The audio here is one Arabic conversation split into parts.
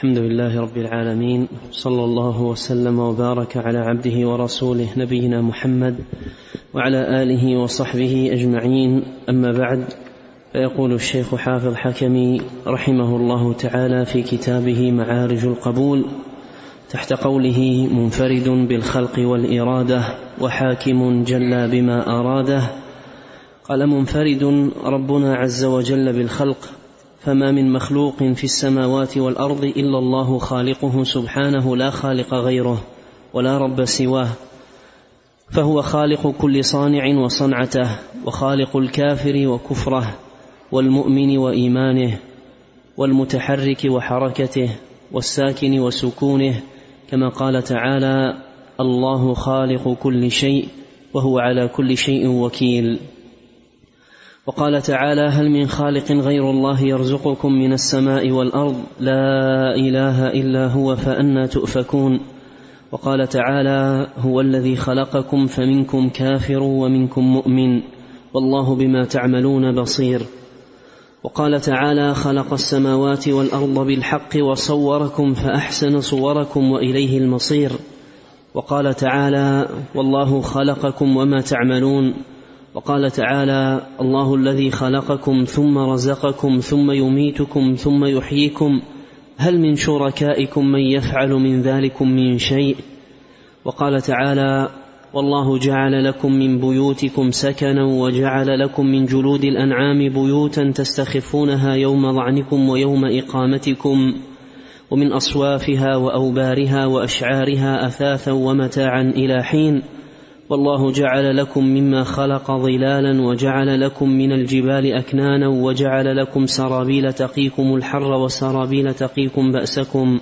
الحمد لله رب العالمين، صلى الله وسلم وبارك على عبده ورسوله نبينا محمد وعلى آله وصحبه أجمعين. أما بعد، فيقول الشيخ حافظ حكمي رحمه الله تعالى في كتابه معارج القبول تحت قوله: منفرد بالخلق والإرادة وحاكم جل بما أراده. قال: منفرد ربنا عز وجل بالخلق، فما من مخلوق في السماوات والأرض إلا الله خالقه سبحانه، لا خالق غيره ولا رب سواه، فهو خالق كل صانع وصنعته، وخالق الكافر وكفره، والمؤمن وإيمانه، والمتحرك وحركته، والساكن وسكونه، كما قال تعالى: الله خالق كل شيء وهو على كل شيء وكيل. وقال تعالى: هل من خالق غير الله يرزقكم من السماء والأرض؟ لا إله إلا هو فأنى تؤفكون. وقال تعالى: هو الذي خلقكم فمنكم كافر ومنكم مؤمن والله بما تعملون بصير. وقال تعالى: خلق السماوات والأرض بالحق وصوركم فأحسن صوركم وإليه المصير. وقال تعالى: والله خلقكم وما تعملون. وقال تعالى: الله الذي خلقكم ثم رزقكم ثم يميتكم ثم يحييكم، هل من شركائكم من يفعل من ذلكم من شيء؟ وقال تعالى: والله جعل لكم من بيوتكم سكنا وجعل لكم من جلود الأنعام بيوتا تستخفونها يوم ظعنكم ويوم إقامتكم، ومن أصوافها وأوبارها وأشعارها أثاثا ومتاعا إلى حين. والله جعل لكم مما خلق ظلالا وجعل لكم من الجبال أكنانا وجعل لكم سرابيل تقيكم الحر وسرابيل تقيكم بأسكم.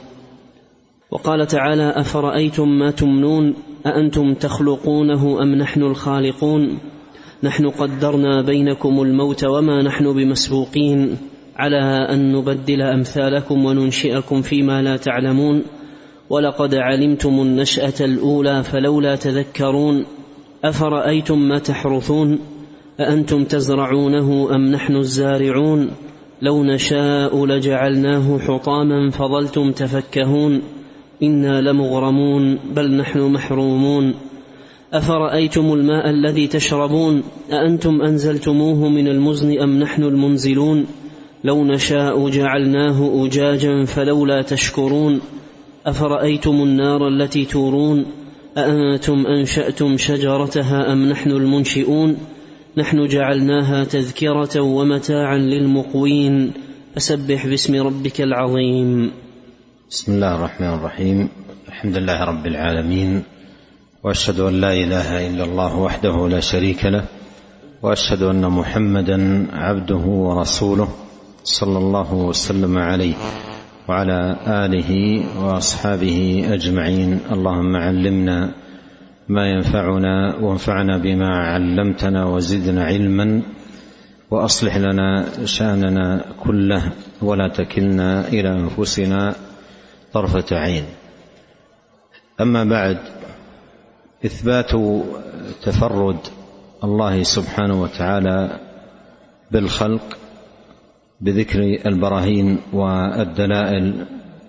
وقال تعالى: أفرأيتم ما تمنون أأنتم تخلقونه أم نحن الخالقون؟ نحن قدرنا بينكم الموت وما نحن بمسبوقين على أن نبدل أمثالكم وننشئكم فيما لا تعلمون. ولقد علمتم النشأة الأولى فلولا تذكرون. أفرأيتم ما تحرثون أأنتم تزرعونه أم نحن الزارعون؟ لو نشاء لجعلناه حطاما فظلتم تفكهون. إنا لمغرمون بل نحن محرومون. أفرأيتم الماء الذي تشربون أأنتم أنزلتموه من المزن أم نحن المنزلون؟ لو نشاء جعلناه أجاجا فلولا تشكرون. أفرأيتم النار التي تورون أأنتم أنشأتم شجرتها أم نحن المنشئون؟ نحن جعلناها تذكرة ومتاعا للمقوين، فسبح باسم ربك العظيم. بسم الله الرحمن الرحيم. الحمد لله رب العالمين، وأشهد أن لا إله إلا الله وحده لا شريك له، وأشهد أن محمدا عبده ورسوله صلى الله وسلم عليه وعلى آله وأصحابه أجمعين. اللهم علمنا ما ينفعنا وانفعنا بما علمتنا وزدنا علما، وأصلح لنا شأننا كله ولا تكلنا إلى أنفسنا طرفة عين. أما بعد، إثبات تفرد الله سبحانه وتعالى بالخلق بذكر البراهين والدلائل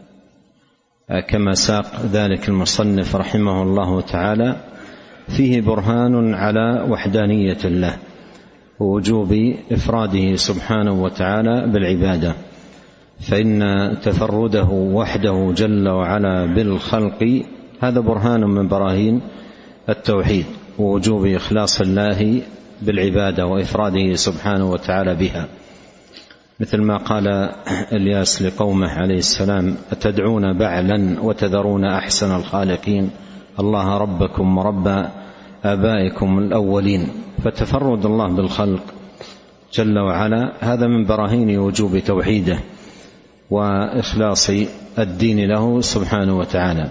كما ساق ذلك المصنف رحمه الله تعالى، فيه برهان على وحدانية الله ووجوب إفراده سبحانه وتعالى بالعبادة، فإن تفرده وحده جل وعلا بالخلق هذا برهان من براهين التوحيد ووجوب إخلاص الله بالعبادة وإفراده سبحانه وتعالى بها، مثل ما قال الياس لقومه عليه السلام: أتدعون بعلا وتذرون أحسن الخالقين، الله ربكم ورب آبائكم الأولين. فتفرد الله بالخلق جل وعلا هذا من براهين وجوب توحيده وإخلاص الدين له سبحانه وتعالى.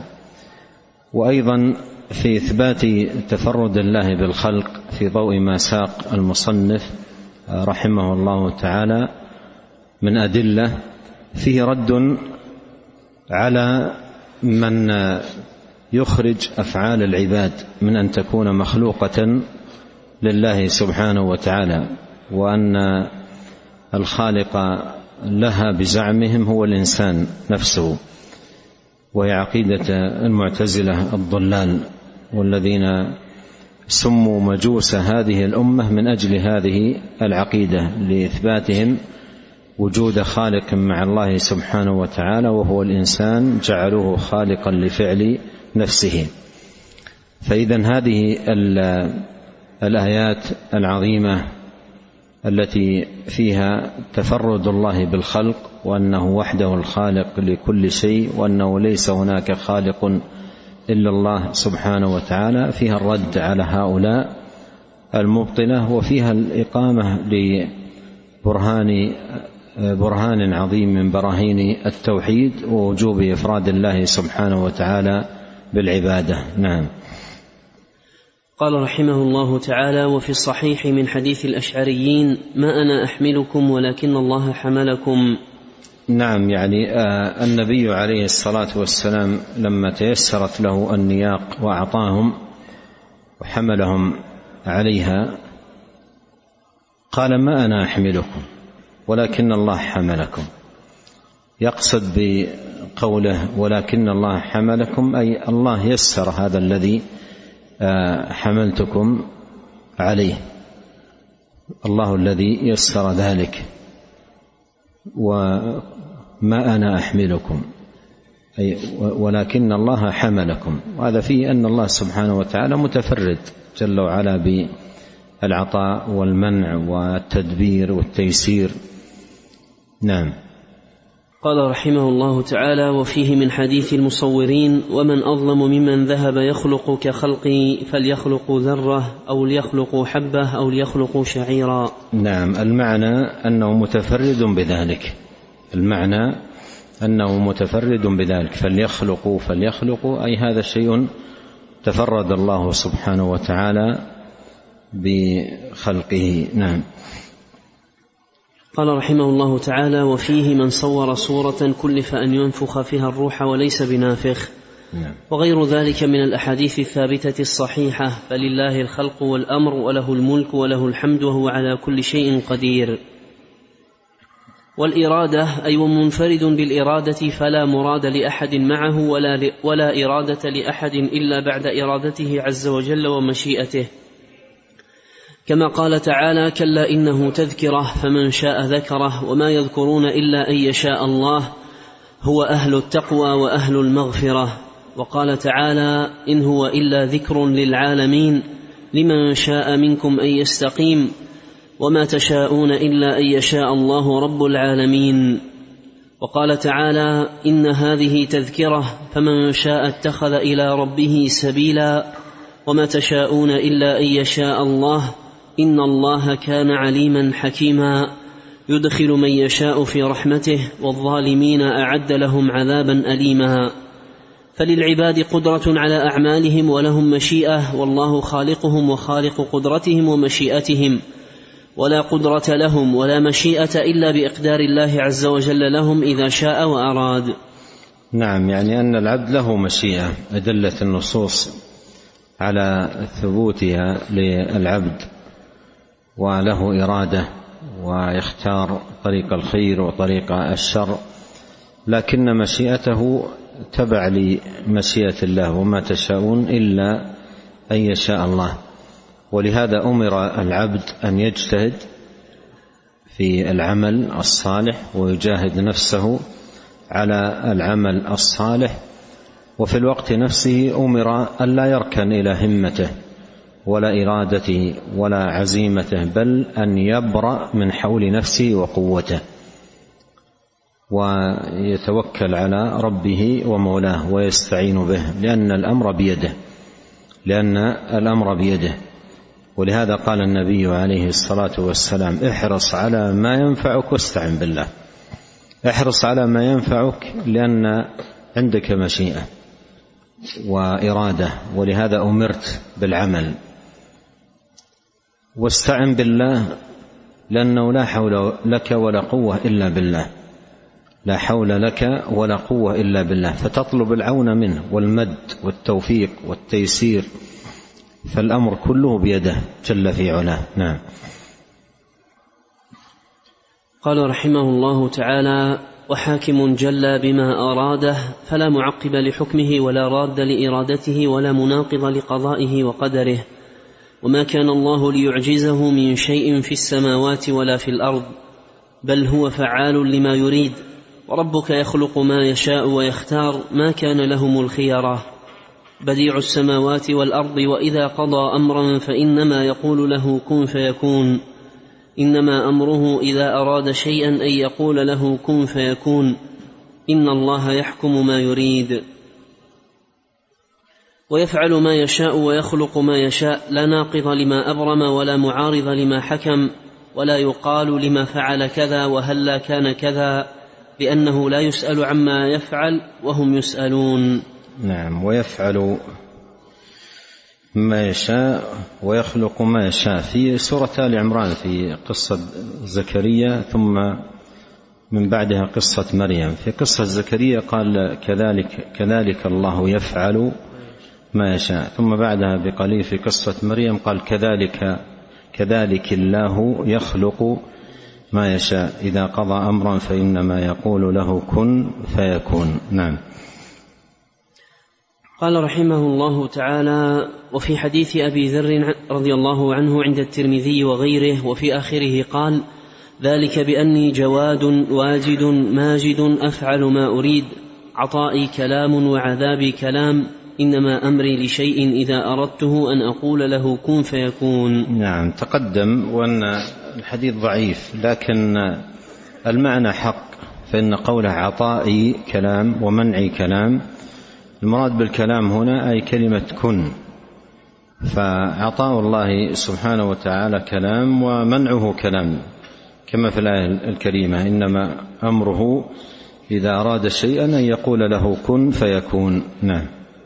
وأيضا في إثبات تفرد الله بالخلق في ضوء ما ساق المصنف رحمه الله تعالى من أدلة، فيه رد على من يخرج أفعال العباد من أن تكون مخلوقة لله سبحانه وتعالى، وأن الخالق لها بزعمهم هو الإنسان نفسه، وهي عقيدة المعتزلة الضلال، والذين سموا مجوس هذه الأمة من أجل هذه العقيدة، لإثباتهم وجود خالق مع الله سبحانه وتعالى وهو الإنسان، جعلوه خالقا لفعل نفسه. فإذن هذه الآيات العظيمة التي فيها تفرد الله بالخلق، وأنه وحده الخالق لكل شيء، وأنه ليس هناك خالق إلا الله سبحانه وتعالى، فيها الرد على هؤلاء المبطلة، وفيها الإقامة برهان عظيم من براهين التوحيد ووجوب إفراد الله سبحانه وتعالى بالعبادة. نعم. قال رحمه الله تعالى: وفي الصحيح من حديث الأشعريين: ما أنا أحملكم ولكن الله حملكم. نعم، يعني النبي عليه الصلاة والسلام لما تيسرت له النياق وأعطاهم وحملهم عليها قال: ما أنا أحملكم ولكن الله حملكم. يقصد بقوله ولكن الله حملكم أي الله يسر هذا الذي حملتكم عليه، الله الذي يسر ذلك. وما أنا أحملكم أي ولكن الله حملكم، وهذا فيه أن الله سبحانه وتعالى متفرد جل وعلا بالعطاء والمنع والتدبير والتيسير. نعم. قال رحمه الله تعالى: وفيه من حديث المصورين: ومن أظلم ممن ذهب يخلق كخلقي فليخلق ذرة أو ليخلق حبة أو ليخلق شعيرا. نعم، المعنى أنه متفرد بذلك، المعنى أنه متفرد بذلك، فليخلقوا أي هذا شيء تفرد الله سبحانه وتعالى بخلقه. نعم. قال رحمه الله تعالى: وفيه من صور صورة كلف أن ينفخ فيها الروح وليس بنافخ. وغير ذلك من الأحاديث الثابتة الصحيحة، فلله الخلق والأمر وله الملك وله الحمد وهو على كل شيء قدير. والإرادة أي منفرد بالإرادة، فلا مراد لأحد معه ولا إرادة لأحد إلا بعد إرادته عز وجل ومشيئته، كما قال تعالى: كلا إنه تذكرة فمن شاء ذكره وما يذكرون إلا أن يشاء الله هو أهل التقوى وأهل المغفرة. وقال تعالى: إن هو إلا ذكر للعالمين لمن شاء منكم أن يستقيم وما تشاءون إلا أن يشاء الله رب العالمين. وقال تعالى: إن هذه تذكرة فمن شاء اتخذ إلى ربه سبيلا وما تشاءون إلا أن يشاء الله إن الله كان عليما حكيما، يدخل من يشاء في رحمته والظالمين أعد لهم عذابا أليما. فللعباد قدرة على أعمالهم ولهم مشيئة، والله خالقهم وخالق قدرتهم ومشيئتهم، ولا قدرة لهم ولا مشيئة إلا بإقدار الله عز وجل لهم إذا شاء وأراد. نعم، يعني أن العبد له مشيئة، أدلت النصوص على ثبوتها للعبد، وله إرادة ويختار طريق الخير وطريق الشر، لكن مشيئته تبع لمشيئة الله، وما تشاءون إلا أن يشاء الله. ولهذا أمر العبد أن يجتهد في العمل الصالح ويجاهد نفسه على العمل الصالح، وفي الوقت نفسه أمر أن لا يركن إلى همته ولا إرادته ولا عزيمته، بل أن يبرأ من حول نفسه وقوته ويتوكل على ربه ومولاه ويستعين به، لأن الأمر بيده. ولهذا قال النبي عليه الصلاة والسلام: احرص على ما ينفعك واستعن بالله. احرص على ما ينفعك لأن عندك مشيئة وإرادة، ولهذا أمرت بالعمل. واستعن بالله لأنه لا حول لك ولا قوة إلا بالله، لا حول لك ولا قوة إلا بالله، فتطلب العون منه والمد والتوفيق والتيسير، فالأمر كله بيده جل في علاه. نعم. قال رحمه الله تعالى: وحاكم جل بما أراده فلا معقب لحكمه ولا راد لإرادته ولا مناقض لقضائه وقدره. وما كان الله ليعجزه من شيء في السماوات ولا في الأرض، بل هو فعال لما يريد. وربك يخلق ما يشاء ويختار، ما كان لهم الخيرة. بديع السماوات والأرض، وإذا قضى أمرا فإنما يقول له كن فيكون. إنما أمره إذا أراد شيئا أن يقول له كن فيكون. إن الله يحكم ما يريد ويفعل ما يشاء ويخلق ما يشاء، لا ناقض لما أبرم ولا معارض لما حكم، ولا يقال لما فعل كذا وهلا كان كذا، لأنه لا يسأل عما يفعل وهم يسألون. نعم. ويفعل ما يشاء ويخلق ما يشاء في سورة آل عمران في قصة زكريا، ثم من بعدها قصة مريم. في قصة زكريا قال كذلك الله يفعل ما يشاء، ثم بعدها بقليل في قصة مريم قال كذلك الله يخلق ما يشاء، إذا قضى أمرا فإنما يقول له كن فيكون. نعم. قال رحمه الله تعالى: وفي حديث أبي ذر رضي الله عنه عند الترمذي وغيره وفي آخره قال: ذلك بأني جواد واجد ماجد أفعل ما أريد، عطائي كلام وعذابي كلام، إنما أمري لشيء إذا أردته أن أقول له كن فيكون. نعم. تقدم وأن الحديث ضعيف، لكن المعنى حق، فإن قوله عطائي كلام ومنعي كلام، المراد بالكلام هنا أي كلمة كن، فعطاء الله سبحانه وتعالى كلام ومنعه كلام، كما في الآية الكريمة: إنما أمره إذا أراد شيئا أن يقول له كن فيكون. نعم.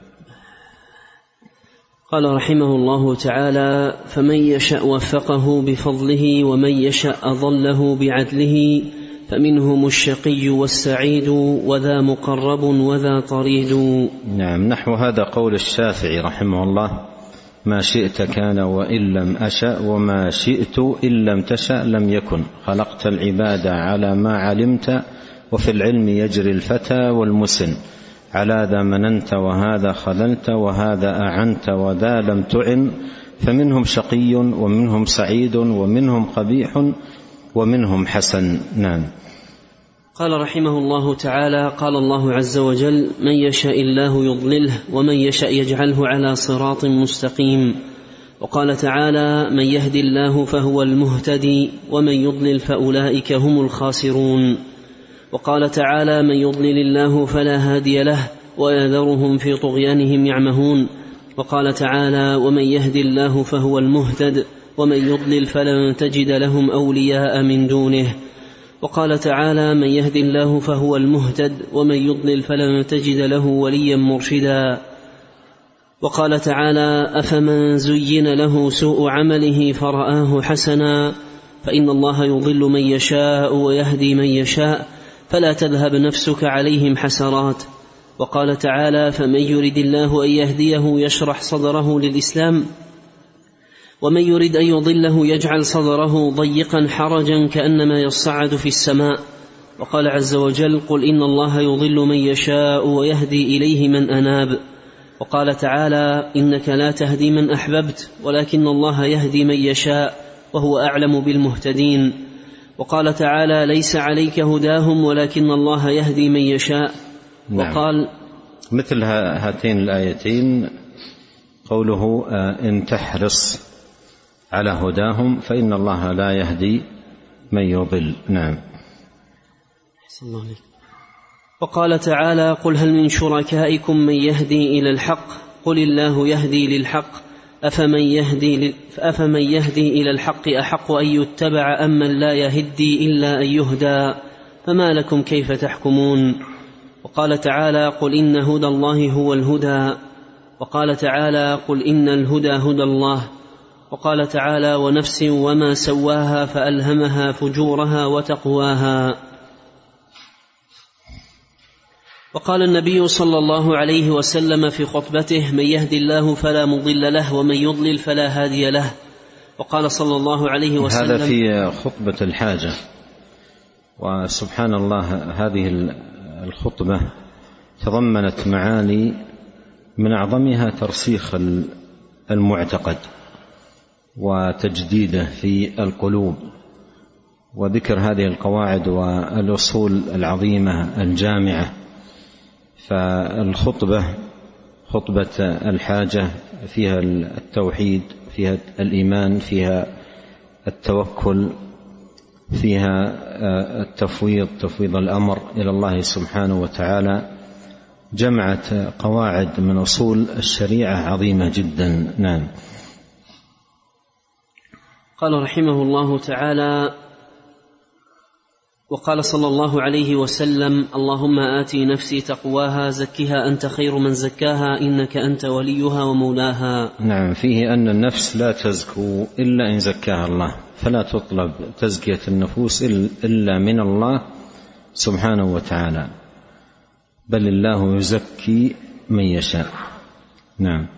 قال رحمه الله تعالى: فمن يشاء وفقه بفضله، ومن يشاء أضله بعدله، فمنهم الشقي والسعيد، وذا مقرب وذا طريد. نعم. نحو هذا قول الشافعي رحمه الله: ما شئت كان وإن لم أشأ، وما شئت إن لم تشأ لم يكن، خلقت العباد على ما علمت، وفي العلم يجري الفتى والمسن، على ذا مننت وهذا خذلت، وهذا أعنت وذا لم تعن، فمنهم شقي ومنهم سعيد ومنهم قبيح ومنهم حسن. نعم. قال رحمه الله تعالى: قال الله عز وجل: من يشاء الله يضلله، ومن يشاء يجعله على صراط مستقيم. وقال تعالى: من يهدي الله فهو المهتدي، ومن يضلل فأولئك هم الخاسرون. وقال تعالى: من يضلل الله فلا هادي له، ويذرهم في طغيانهم يعمهون. وقال تعالى: ومن يهدي الله فهو المهتد، ومن يضلل فلن تجد لهم أولياء من دونه. وقال تعالى: من يهدي الله فهو المهتد، ومن يضلل فلن تجد له وليا مرشدا. وقال تعالى: أفمن زين له سوء عمله فرآه حسنا، فإن الله يضل من يشاء ويهدي من يشاء، فلا تذهب نفسك عليهم حسرات. وقال تعالى: فمن يرد الله أن يهديه يشرح صدره للإسلام، ومن يرد أن يضله يجعل صدره ضيقا حرجا كأنما يصعد في السماء. وقال عز وجل: قل إن الله يضل من يشاء ويهدي إليه من أناب. وقال تعالى: إنك لا تهدي من أحببت، ولكن الله يهدي من يشاء، وهو أعلم بالمهتدين. وقال تعالى: ليس عليك هداهم ولكن الله يهدي من يشاء. نعم. وقال مثل هاتين الآيتين قوله: إن تحرص على هداهم فإن الله لا يهدي من يضل. نعم. وقال تعالى: قل هل من شركائكم من يهدي إلى الحق، قل الله يهدي للحق، أفمن يهدي إلى الحق أحق أن يتبع أم من لا يهدي إلا أن يهدى، فما لكم كيف تحكمون. وقال تعالى: قل إن هدى الله هو الهدى. وقال تعالى: قل إن الهدى هدى الله. وقال تعالى: ونفس وما سواها فألهمها فجورها وتقواها. وقال النبي صلى الله عليه وسلم في خطبته: من يهدي الله فلا مضل له، ومن يضلل فلا هادي له. وقال صلى الله عليه وسلم: هذا في خطبة الحاجة، وسبحان الله هذه الخطبة تضمنت معاني من أعظمها ترسيخ المعتقد وتجديده في القلوب، وذكر هذه القواعد والأصول العظيمة الجامعة. فالخطبة خطبة الحاجة فيها التوحيد، فيها الإيمان، فيها التوكل، فيها تفويض الأمر إلى الله سبحانه وتعالى، جمعت قواعد من أصول الشريعة عظيمة جدا. نعم. قال رحمه الله تعالى: وقال صلى الله عليه وسلم: اللهم آتي نفسي تقواها زكها أنت خير من زكاها إنك أنت وليها ومولاها. نعم، فيه أن النفس لا تزكو إلا إن زكاها الله، فلا تطلب تزكية النفوس إلا من الله سبحانه وتعالى، بل الله يزكي من يشاء. نعم.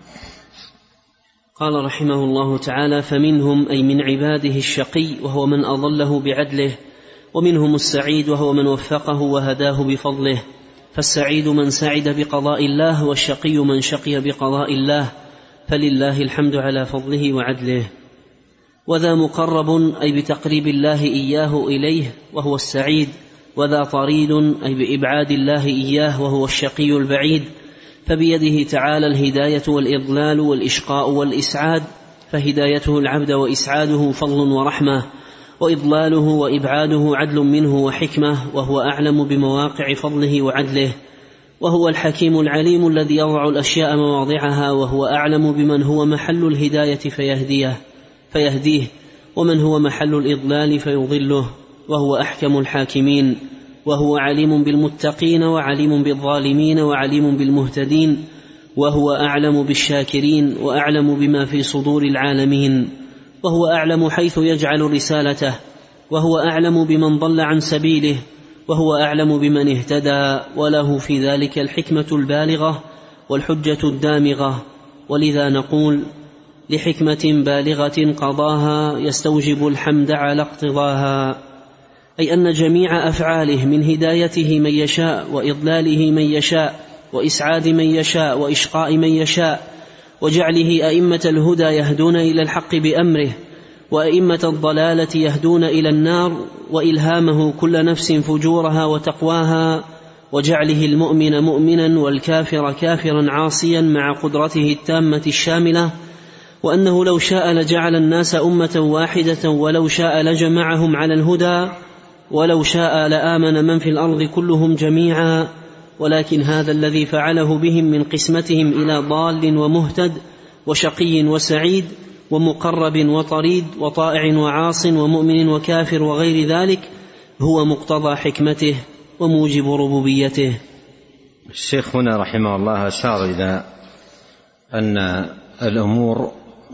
قال رحمه الله تعالى: فمنهم أي من عباده الشقي وهو من أضله بعدله، ومنهم السعيد وهو من وفقه وهداه بفضله. فالسعيد من سعد بقضاء الله، والشقي من شقي بقضاء الله، فلله الحمد على فضله وعدله. وذا مقرب أي بتقريب الله إياه إليه وهو السعيد، وذا طريد أي بإبعاد الله إياه وهو الشقي البعيد. فبيده تعالى الهداية والإضلال والإشقاء والإسعاد، فهدايته العبد وإسعاده فضل ورحمة، وإضلاله وإبعاده عدل منه وحكمة، وهو أعلم بمواقع فضله وعدله. وهو الحكيم العليم الذي يضع الأشياء مواضعها، وهو أعلم بمن هو محل الهداية فيهديه، ومن هو محل الإضلال فيضله، وهو أحكم الحاكمين. وهو عليم بالمتقين وعليم بالظالمين وعليم بالمهتدين، وهو أعلم بالشاكرين وأعلم بما في صدور العالمين. وهو أعلم حيث يجعل رسالته، وهو أعلم بمن ضل عن سبيله، وهو أعلم بمن اهتدى، وله في ذلك الحكمة البالغة والحجة الدامغة. ولذا نقول: لحكمة بالغة قضاها يستوجب الحمد على اقتضاها. أي أن جميع أفعاله من هدايته من يشاء، وإضلاله من يشاء، وإسعاد من يشاء، وإشقاء من يشاء، وجعله أئمة الهدى يهدون إلى الحق بأمره، وأئمة الضلالة يهدون إلى النار، وإلهامه كل نفس فجورها وتقواها، وجعله المؤمن مؤمنا والكافر كافرا عاصيا مع قدرته التامة الشاملة. وأنه لو شاء لجعل الناس أمة واحدة، ولو شاء لجمعهم على الهدى، ولو شاء لآمن من في الأرض كلهم جميعا. ولكن هذا الذي فعله بهم من قسمتهم إلى ضال ومهتد، وشقي وسعيد، ومقرب وطريد، وطائع وعاص، ومؤمن وكافر وغير ذلك، هو مقتضى حكمته وموجب ربوبيته. الشيخ هنا رحمه الله أشار إلى أن الأمور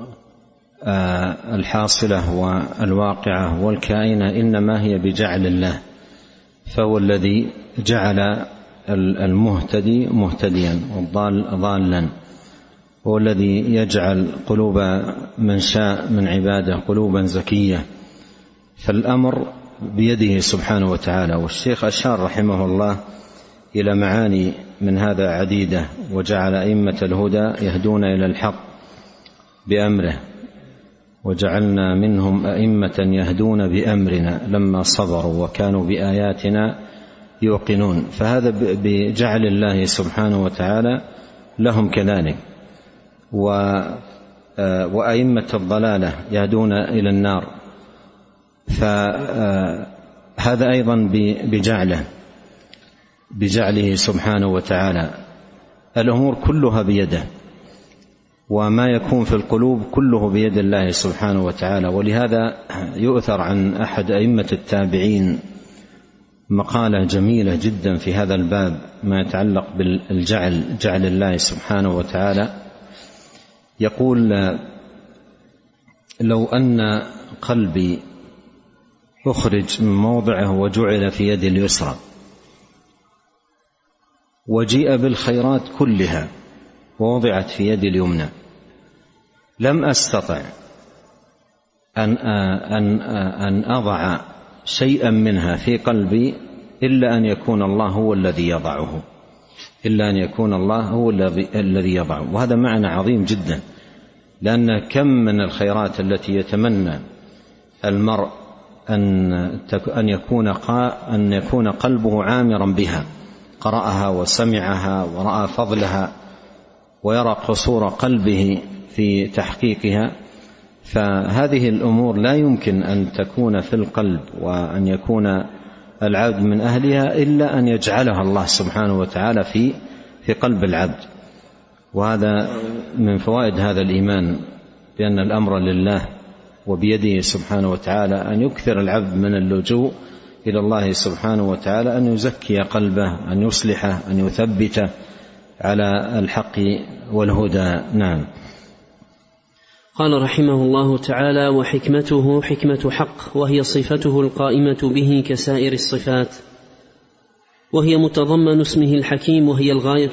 الحاصلة والواقعة والكائنة إنما هي بجعل الله، فهو الذي جعل المهتدي مهتديا والضال ضالا، هو الذي يجعل قلوب من شاء من عباده قلوبا زكية، فالأمر بيده سبحانه وتعالى. والشيخ أشار رحمه الله إلى معاني من هذا عديدة: وجعل أئمة الهدى يهدون إلى الحق بأمره، وجعلنا منهم أئمة يهدون بأمرنا لما صبروا وكانوا بآياتنا يوقنون. فهذا بجعل الله سبحانه وتعالى لهم كذلك. وأئمة الضلالة يهدون إلى النار، فهذا أيضا بجعله سبحانه وتعالى. الأمور كلها بيده، وما يكون في القلوب كله بيد الله سبحانه وتعالى. ولهذا يؤثر عن أحد أئمة التابعين مقالة جميلة جدا في هذا الباب ما يتعلق جعل الله سبحانه وتعالى. يقول: لو أن قلبي أخرج من موضعه وجعل في يدي اليسرى، وجيء بالخيرات كلها ووضعت في يدي اليمنى، لم أستطع أن أضع شيئا منها في قلبي إلا أن يكون الله هو الذي يضعه، إلا أن يكون الله هو الذي يضعه. وهذا معنى عظيم جدا، لأن كم من الخيرات التي يتمنى المرء أن يكون قلبه عامرا بها، قرأها وسمعها ورأى فضلها ويرى قصور قلبه في تحقيقها. فهذه الأمور لا يمكن أن تكون في القلب وأن يكون العبد من أهلها إلا أن يجعلها الله سبحانه وتعالى في قلب العبد. وهذا من فوائد هذا الإيمان، بأن الأمر لله وبيده سبحانه وتعالى، أن يكثر العبد من اللجوء إلى الله سبحانه وتعالى، أن يزكي قلبه، أن يصلحه، أن يثبته على الحق والهدى. نعم. قال رحمه الله تعالى: وحكمته حكمة حق، وهي صفته القائمة به كسائر الصفات، وهي متضمن اسمه الحكيم، وهي الغاية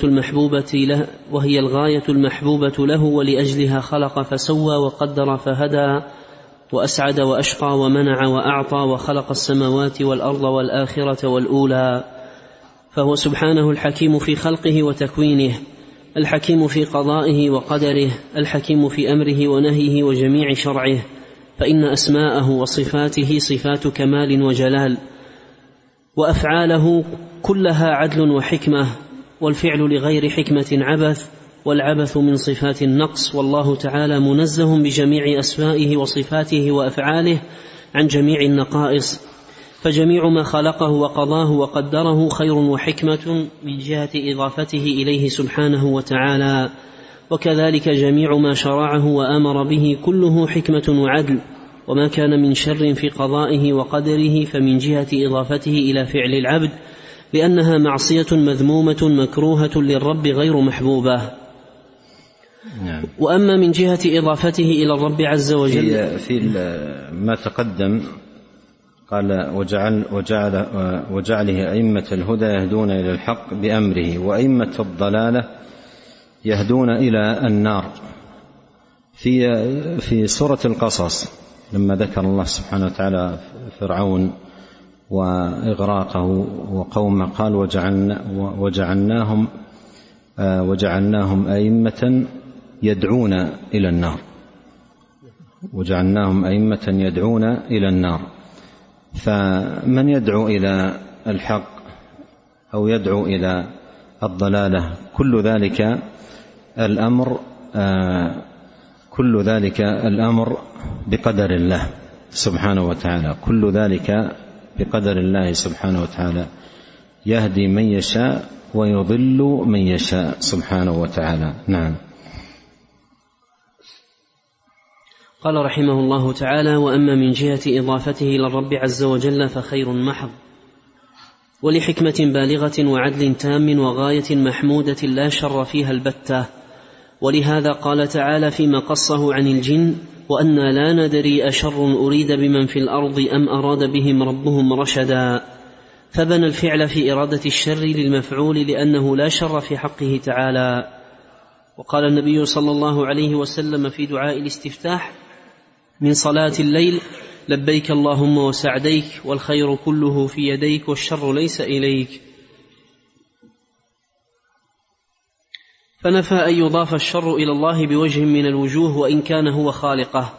المحبوبة له، ولأجلها خلق فسوى وقدر فهدى وأسعد وأشقى ومنع وأعطى، وخلق السماوات والأرض والآخرة والأولى. فهو سبحانه الحكيم في خلقه وتكوينه، الحكيم في قضائه وقدره، الحكيم في أمره ونهيه وجميع شرعه، فإن أسماءه وصفاته صفات كمال وجلال، وأفعاله كلها عدل وحكمة، والفعل لغير حكمة عبث، والعبث من صفات النقص، والله تعالى منزه بجميع أسمائه وصفاته وأفعاله عن جميع النقائص، فجميع ما خلقه وقضاه وقدره خير وحكمة من جهة إضافته إليه سبحانه وتعالى، وكذلك جميع ما شرعه وأمر به كله حكمة وعدل، وما كان من شر في قضائه وقدره فمن جهة إضافته إلى فعل العبد، لأنها معصية مذمومة مكروهة للرب غير محبوبة. نعم. وأما من جهة إضافته إلى الرب عز وجل في ما تقدم قال: وجعله أئمة الهدى يهدون إلى الحق بأمره، وأئمة الضلالة يهدون إلى النار. في سورة القصص لما ذكر الله سبحانه وتعالى فرعون وإغراقه وقومه قال: وجعلناهم أئمة يدعون إلى النار، وجعلناهم أئمة يدعون إلى النار. فمن يدعو إلى الحق أو يدعو إلى الضلالة كل ذلك الأمر بقدر الله سبحانه وتعالى، كل ذلك بقدر الله سبحانه وتعالى، يهدي من يشاء ويضل من يشاء سبحانه وتعالى. نعم. قال رحمه الله تعالى: وأما من جهة إضافته إلى الرب عز وجل فخير محض، ولحكمة بالغة وعدل تام وغاية محمودة لا شر فيها البتة. ولهذا قال تعالى فيما قصه عن الجن: وأنا لا ندري أشر أريد بمن في الأرض أم أراد بهم ربهم رشدا، فبنى الفعل في إرادة الشر للمفعول لأنه لا شر في حقه تعالى. وقال النبي صلى الله عليه وسلم في دعاء الاستفتاح من صلاة الليل: لبيك اللهم وسعديك، والخير كله في يديك، والشر ليس إليك. فنفى أن يضاف الشر إلى الله بوجه من الوجوه وإن كان هو خالقه،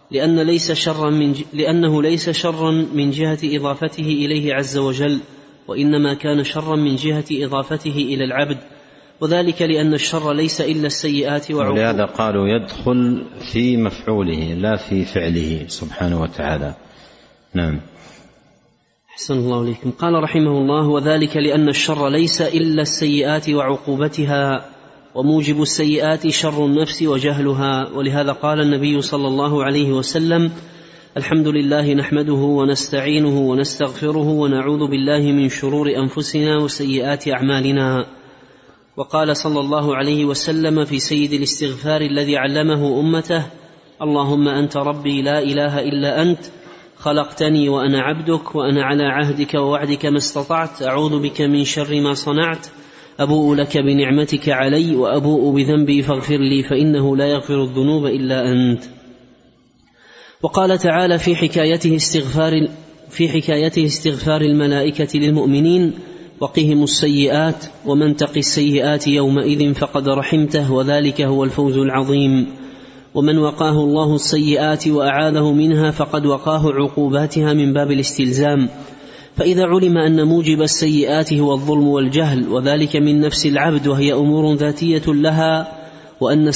لأنه ليس شرا من جهة إضافته إليه عز وجل، وإنما كان شرا من جهة إضافته إلى العبد، وذلك لأن الشر ليس إلا السيئات وعقوبة. ولهذا قالوا يدخل في مفعوله لا في فعله سبحانه وتعالى. نعم. أحسن الله إليكم. قال رحمه الله: وذلك لأن الشر ليس إلا السيئات وعقوبتها، وموجب السيئات شر النفس وجهلها. ولهذا قال النبي صلى الله عليه وسلم: الحمد لله نحمده ونستعينه ونستغفره ونعوذ بالله من شرور أنفسنا وسيئات أعمالنا. وقال صلى الله عليه وسلم في سيد الاستغفار الذي علمه أمته: اللهم أنت ربي لا إله إلا أنت، خلقتني وأنا عبدك، وأنا على عهدك ووعدك ما استطعت، أعوذ بك من شر ما صنعت، أبوء لك بنعمتك علي وأبوء بذنبي فاغفر لي، فإنه لا يغفر الذنوب إلا أنت. وقال تعالى في حكايته في حكايته استغفار الملائكة للمؤمنين: وقهم السيئات ومن تق السيئات يومئذ فقد رحمته وذلك هو الفوز العظيم. ومن وقاه الله السيئات وأعاذه منها فقد وقاه عقوباتها من باب الاستلزام. فإذا علم أن موجب السيئات هو الظلم والجهل وذلك من نفس العبد وهي أمور ذاتية لها، وأن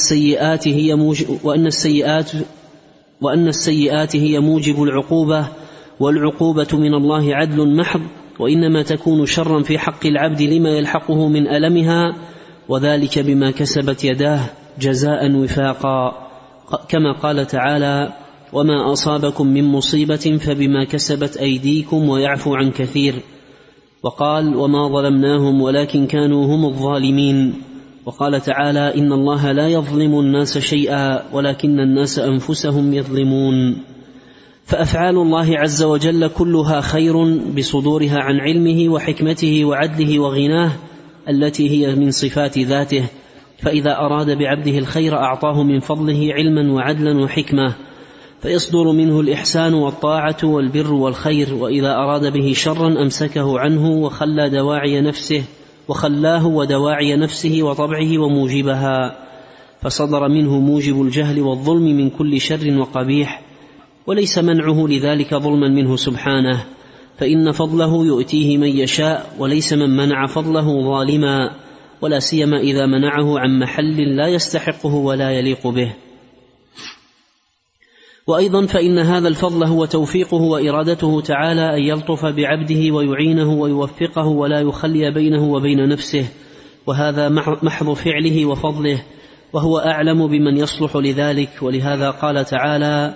السيئات هي موجب العقوبة، والعقوبة من الله عدل محض، وإنما تكون شرا في حق العبد لما يلحقه من ألمها، وذلك بما كسبت يداه جزاء وفاقا، كما قال تعالى: وما أصابكم من مصيبة فبما كسبت أيديكم ويعفو عن كثير. وقال: وما ظلمناهم ولكن كانوا هم الظالمين. وقال تعالى: إن الله لا يظلم الناس شيئا ولكن الناس أنفسهم يظلمون. فأفعال الله عز وجل كلها خير بصدورها عن علمه وحكمته وعدله وغناه التي هي من صفات ذاته، فإذا أراد بعبده الخير أعطاه من فضله علما وعدلا وحكمة، فيصدر منه الإحسان والطاعة والبر والخير، وإذا أراد به شرا أمسكه عنه وخلاه ودواعي نفسه وطبعه وموجبها، فصدر منه موجب الجهل والظلم من كل شر وقبيح، وليس منعه لذلك ظلما منه سبحانه، فإن فضله يؤتيه من يشاء، وليس من منع فضله ظالما، ولا سيما إذا منعه عن محل لا يستحقه ولا يليق به. وأيضا فإن هذا الفضل هو توفيقه وإرادته تعالى أن يلطف بعبده ويعينه ويوفقه ولا يخلي بينه وبين نفسه، وهذا محض فعله وفضله، وهو أعلم بمن يصلح لذلك. ولهذا قال تعالى: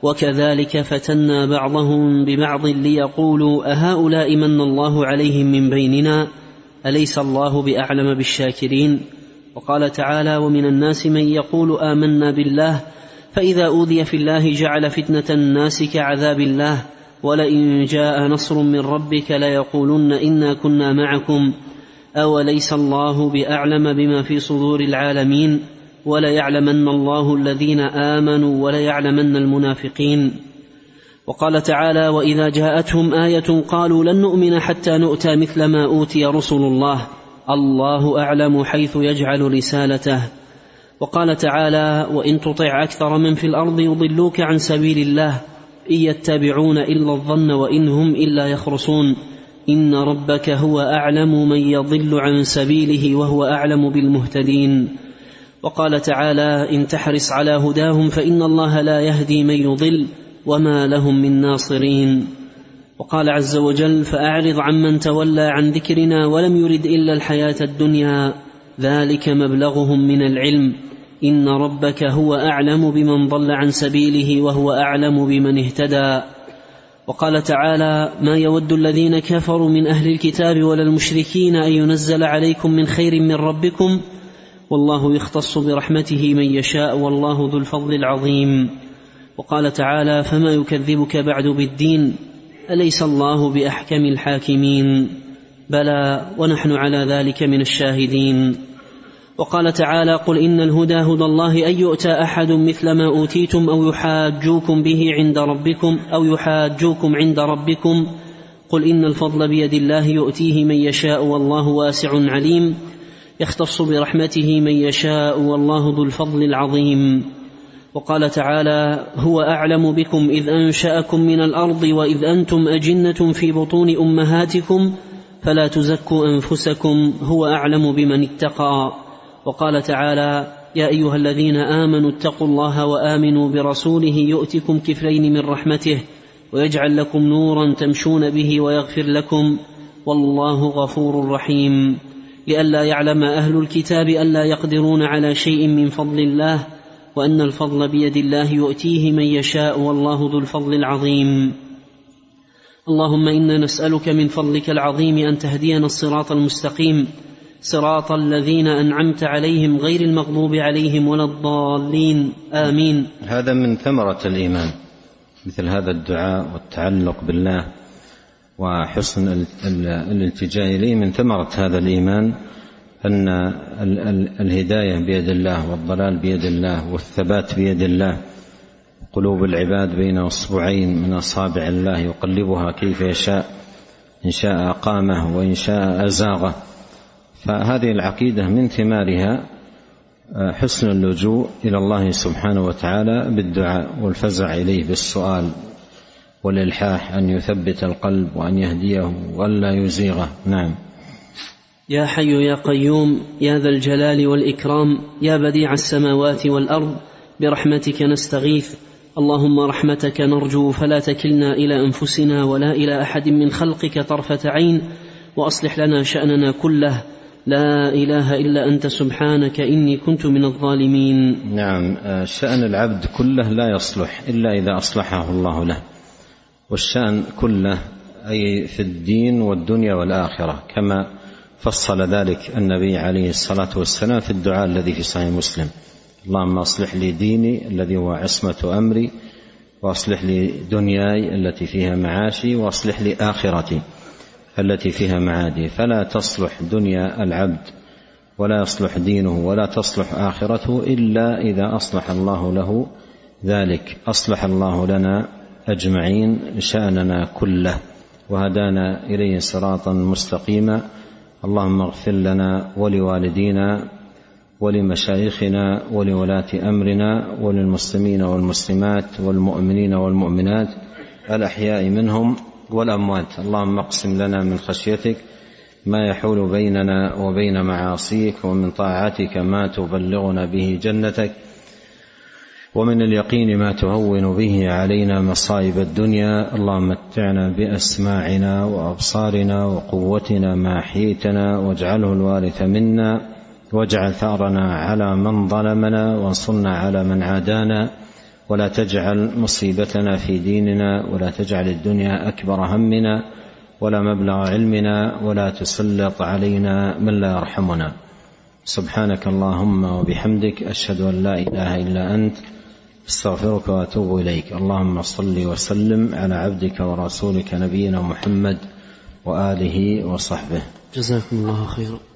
وكذلك فتنا بعضهم ببعض ليقولوا أهؤلاء من الله عليهم من بيننا أليس الله بأعلم بالشاكرين. وقال تعالى: ومن الناس من يقول آمنا بالله فإذا أوذي في الله جعل فتنة الناس كعذاب الله ولئن جاء نصر من ربك ليقولن إنا كنا معكم أوليس الله بأعلم بما في صدور العالمين وليعلمن الله الذين آمنوا وليعلمن المنافقين. وقال تعالى: وإذا جاءتهم آية قالوا لن نؤمن حتى نؤتى مثل ما أوتي رسل الله الله أعلم حيث يجعل رسالته. وقال تعالى: وإن تطع أكثر من في الأرض يضلوك عن سبيل الله إن يتبعون إلا الظن وإن هم إلا يخرصون إن ربك هو أعلم من يضل عن سبيله وهو أعلم بالمهتدين. وقال تعالى: إن تحرص على هداهم فإن الله لا يهدي من يضل وما لهم من ناصرين. وقال عز وجل: فأعرض عمن تولى عن ذكرنا ولم يرد إلا الحياة الدنيا ذلك مبلغهم من العلم إن ربك هو أعلم بمن ضل عن سبيله وهو أعلم بمن اهتدى. وقال تعالى: ما يود الذين كفروا من أهل الكتاب ولا المشركين أن ينزل عليكم من خير من ربكم والله يختص برحمته من يشاء والله ذو الفضل العظيم. وقال تعالى: فما يكذبك بعد بالدين أليس الله بأحكم الحاكمين بلى ونحن على ذلك من الشاهدين. وقال تعالى: قل إن الهدى هدى الله أن يؤتى أحد مثل ما أوتيتم أو يحاجوكم به عند ربكم قل إن الفضل بيد الله يؤتيه من يشاء والله واسع عليم يختص برحمته من يشاء والله ذو الفضل العظيم. وقال تعالى: هو أعلم بكم إذ أنشأكم من الأرض وإذ أنتم أجنة في بطون أمهاتكم فلا تزكوا أنفسكم هو أعلم بمن اتقى. وقال تعالى: يا أيها الذين آمنوا اتقوا الله وآمنوا برسوله يؤتكم كفلين من رحمته ويجعل لكم نورا تمشون به ويغفر لكم والله غفور رحيم. لئلا يعلم أهل الكتاب ألا يقدرون على شيء من فضل الله وأن الفضل بيد الله يؤتيه من يشاء والله ذو الفضل العظيم. اللهم إنا نسألك من فضلك العظيم أن تهدينا الصراط المستقيم صراط الذين أنعمت عليهم غير المغضوب عليهم ولا الضالين آمين. هذا من ثمرة الإيمان، مثل هذا الدعاء والتعلق بالله وحسن الالتجاء إليه. من ثمرة هذا الإيمان أن الهداية بيد الله والضلال بيد الله والثبات بيد الله، قلوب العباد بين أصبعين من أصابع الله يقلبها كيف يشاء، إن شاء أقامه وإن شاء أزاغه. فهذه العقيدة من ثمارها حسن اللجوء إلى الله سبحانه وتعالى بالدعاء والفزع إليه بالسؤال والإلحاح أن يثبت القلب وأن يهديه وألا يزيغه. نعم. يا حي يا قيوم يا ذا الجلال والإكرام يا بديع السماوات والأرض برحمتك نستغيث، اللهم رحمتك نرجو فلا تكلنا إلى أنفسنا ولا إلى أحد من خلقك طرفة عين، وأصلح لنا شأننا كله، لا إله إلا أنت سبحانك إني كنت من الظالمين. نعم. شأن العبد كله لا يصلح إلا إذا أصلحه الله له، والشأن كله أي في الدين والدنيا والآخرة، كما فصل ذلك النبي عليه الصلاة والسلام في الدعاء الذي في صحيح مسلم: اللهم أصلح لي ديني الذي هو عصمة أمري، وأصلح لي دنياي التي فيها معاشي، وأصلح لي آخرتي التي فيها معادي. فلا تصلح دنيا العبد ولا يصلح دينه ولا تصلح آخرته إلا إذا أصلح الله له ذلك. أصلح الله لنا أجمعين شأننا كله وهدانا إليه صراطا مستقيما. اللهم اغفر لنا ولوالدينا ولمشايخنا ولولاة أمرنا وللمسلمين والمسلمات والمؤمنين والمؤمنات الأحياء منهم والأموات. اللهم اقسم لنا من خشيتك ما يحول بيننا وبين معاصيك، ومن طاعتك ما تبلغنا به جنتك، ومن اليقين ما تهون به علينا مصائب الدنيا. اللهم متعنا بأسماعنا وأبصارنا وقوتنا ما أحييتنا، واجعله الوارث منا، واجعل ثأرنا على من ظلمنا، وانصرنا على من عادانا، ولا تجعل مصيبتنا في ديننا، ولا تجعل الدنيا أكبر همنا ولا مبلغ علمنا، ولا تسلط علينا من لا يرحمنا. سبحانك اللهم وبحمدك، أشهد أن لا إله إلا أنت، استغفرك وأتوب إليك. اللهم صل وسلم على عبدك ورسولك نبينا محمد وآله وصحبه. جزاكم الله خيرا.